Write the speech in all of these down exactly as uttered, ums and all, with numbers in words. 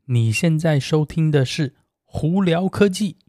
你现在收听的是胡聊科技。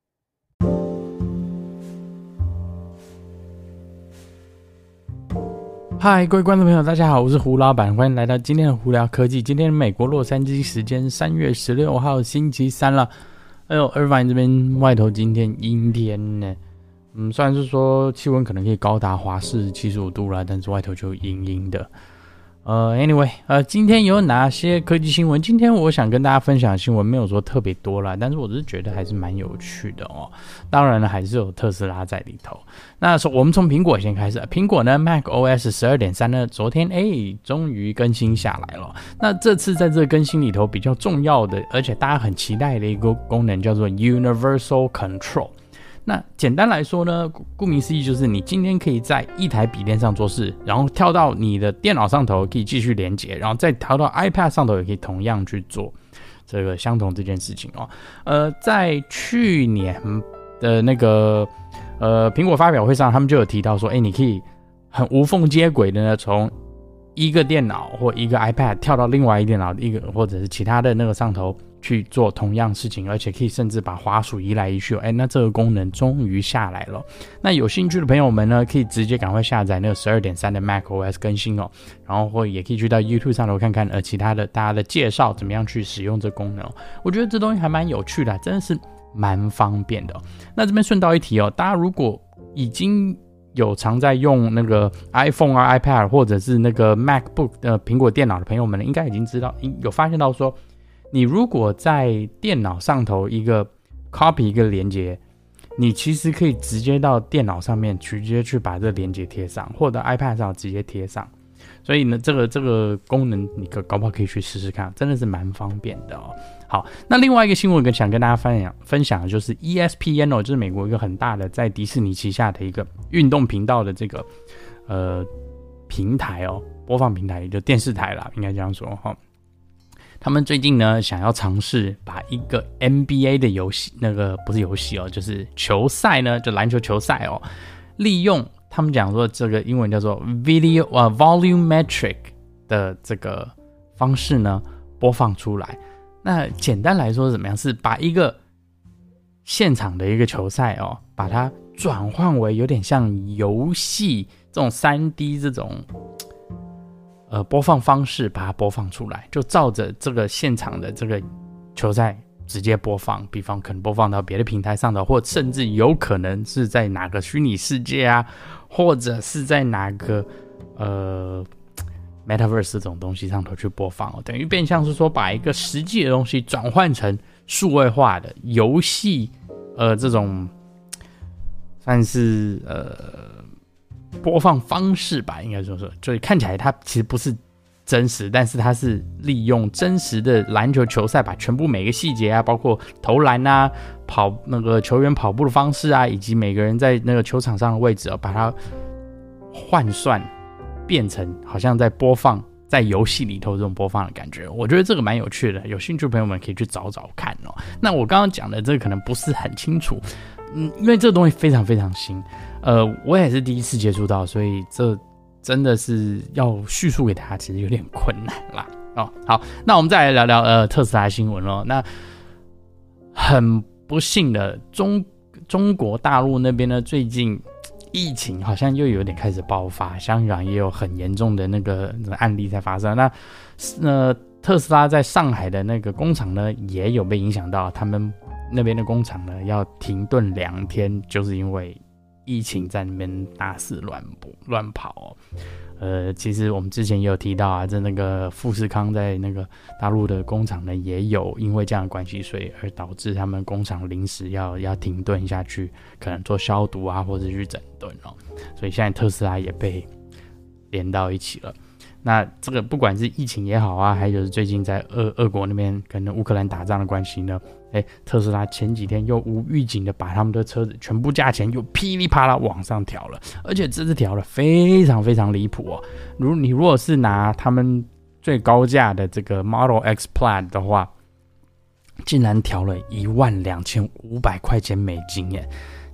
嗨，各位观众朋友，大家好，我是胡老板，欢迎来到今天的胡聊科技。今天美国洛杉矶时间三月十六号星期三了。哎呦 Irvine 这边外头今天阴天呢，嗯，虽然是说气温可能可以高达华氏七十五度啦，但是外头就阴阴的。呃 ，anyway， 呃，今天有哪些科技新闻？今天我想跟大家分享的新闻没有说特别多啦，但是我只是觉得还是蛮有趣的哦。当然了，还是有特斯拉在里头。那我们从苹果先开始，苹果呢 macOS 十二点三 呢，昨天哎终于更新下来了。那这次在这个更新里头比较重要的，而且大家很期待的一个功能叫做 Universal Control。那简单来说呢，顾名思义就是你今天可以在一台笔电上做事，然后跳到你的电脑上头可以继续连接，然后再跳到 iPad 上头也可以同样去做这个相同这件事情哦。呃，在去年的那个呃苹果发表会上，他们就有提到说，哎，你可以很无缝接轨的呢，从一个电脑或一个 iPad 跳到另外一个电脑一个或者是其他的那个上头去做同样事情，而且可以甚至把滑鼠移来移去。哎，那这个功能终于下来了。那有兴趣的朋友们呢，可以直接赶快下载那个 十二点三 的 macOS 更新哦，然后或也可以去到 YouTube 上头看看呃其他的大家的介绍，怎么样去使用这功能哦。我觉得这东西还蛮有趣的，真的是蛮方便的哦。那这边顺道一提哦，大家如果已经有常在用那个 iPhone 啊 iPad 或者是那个 MacBook 的苹果电脑的朋友们，应该已经知道有发现到说，你如果在电脑上头一个 copy 一个连结，你其实可以直接到电脑上面直接去把这个连结贴上，或者 iPad 上直接贴上。所以呢，这个这个功能你搞不好可以去试试看，真的是蛮方便的哦。好，那另外一个新闻想跟大家分享分享的就是 E S P N 哦，就是美国一个很大的在迪士尼旗下的一个运动频道的这个呃平台哦，播放平台就电视台啦，应该这样说哈。他们最近呢想要尝试把一个 N B A 的游戏，那个不是游戏哦，就是球赛呢，就篮球球赛哦，利用他们讲说这个英文叫做 video 呃 volumetric 的这个方式呢播放出来。那简单来说是怎么样？是把一个现场的一个球赛哦，把它转换为有点像游戏这种 三 D 这种呃播放方式，把它播放出来，就照着这个现场的这个球赛直接播放，比方可能播放到别的平台上的，或甚至有可能是在哪个虚拟世界啊，或者是在哪个呃 Metaverse 这种东西上头去播放哦，等于变相是说把一个实际的东西转换成数位化的游戏，呃，这种算是呃播放方式吧，应该说说，所以看起来它其实不是真实，但是它是利用真实的篮球球赛，把全部每个细节啊，包括投篮啊、跑那个球员跑步的方式啊，以及每个人在那个球场上的位置啊，把它换算变成好像在播放在游戏里头这种播放的感觉。我觉得这个蛮有趣的，有兴趣的朋友们可以去找找看哦。那我刚刚讲的这个可能不是很清楚，嗯，因为这个东西非常非常新，呃，我也是第一次接触到，所以这真的是要叙述给大家，其实有点困难啦。哦，好，那我们再来聊聊呃特斯拉新闻咯。那很不幸的，中中国大陆那边呢，最近疫情好像又有点开始爆发，香港也有很严重的那个案例在发生。那呃，特斯拉在上海的那个工厂呢，也有被影响到，他们那边的工厂呢要停顿两天，就是因为疫情在那边大肆乱乱跑哦。呃，其实我们之前也有提到啊，在那个富士康在那个大陆的工厂呢，也有因为这样的关系，所以而导致他们工厂临时要要停顿下去，可能做消毒啊，或者去整顿哦。所以现在特斯拉也被连到一起了。那这个不管是疫情也好啊，还有最近在俄俄国那边跟乌克兰打仗的关系呢，哎，特斯拉前几天又无预警的把他们的车子全部价钱又噼里啪啦往上调了，而且这次调了非常非常离谱哦。如你如果是拿他们最高价的这个 Model X Plaid 的话，竟然调了一万两千五百块钱美金耶！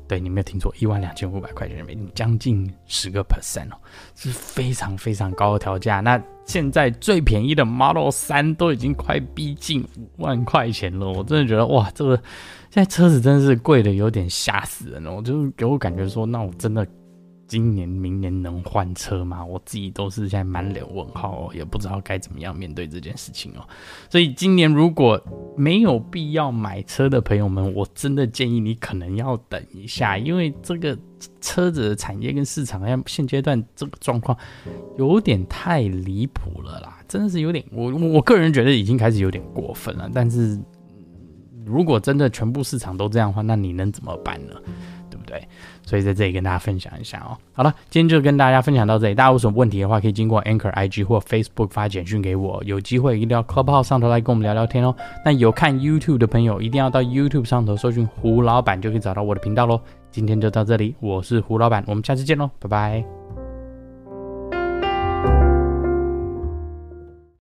对，你没有听错，一万两千五百块钱人民币，将近十个 percent 哦，是非常非常高的调价。那现在最便宜的 Model 三都已经快逼近五万块钱了，我真的觉得哇，这个现在车子真的是贵的有点吓死人了。我就是给我感觉说，那我真的今年明年能换车吗？我自己都是现在满脸问号哦，也不知道该怎么样面对这件事情哦。所以今年如果没有必要买车的朋友们，我真的建议你可能要等一下，因为这个车子的产业跟市场现阶段这个状况有点太离谱了啦，真的是有点，我我个人觉得已经开始有点过分了。但是如果真的全部市场都这样的话，那你能怎么办呢？对不对？所以在这里跟大家分享一下哦。好了，今天就跟大家分享到这里。大家有什么问题的话，可以经过 Anchor I G 或 Facebook 发简讯给我。有机会一定要 Clubhouse 上头来跟我们聊聊天哦。那有看 YouTube 的朋友，一定要到 YouTube 上头搜寻胡老板，就可以找到我的频道咯。今天就到这里，我是胡老板，我们下次见咯，拜拜。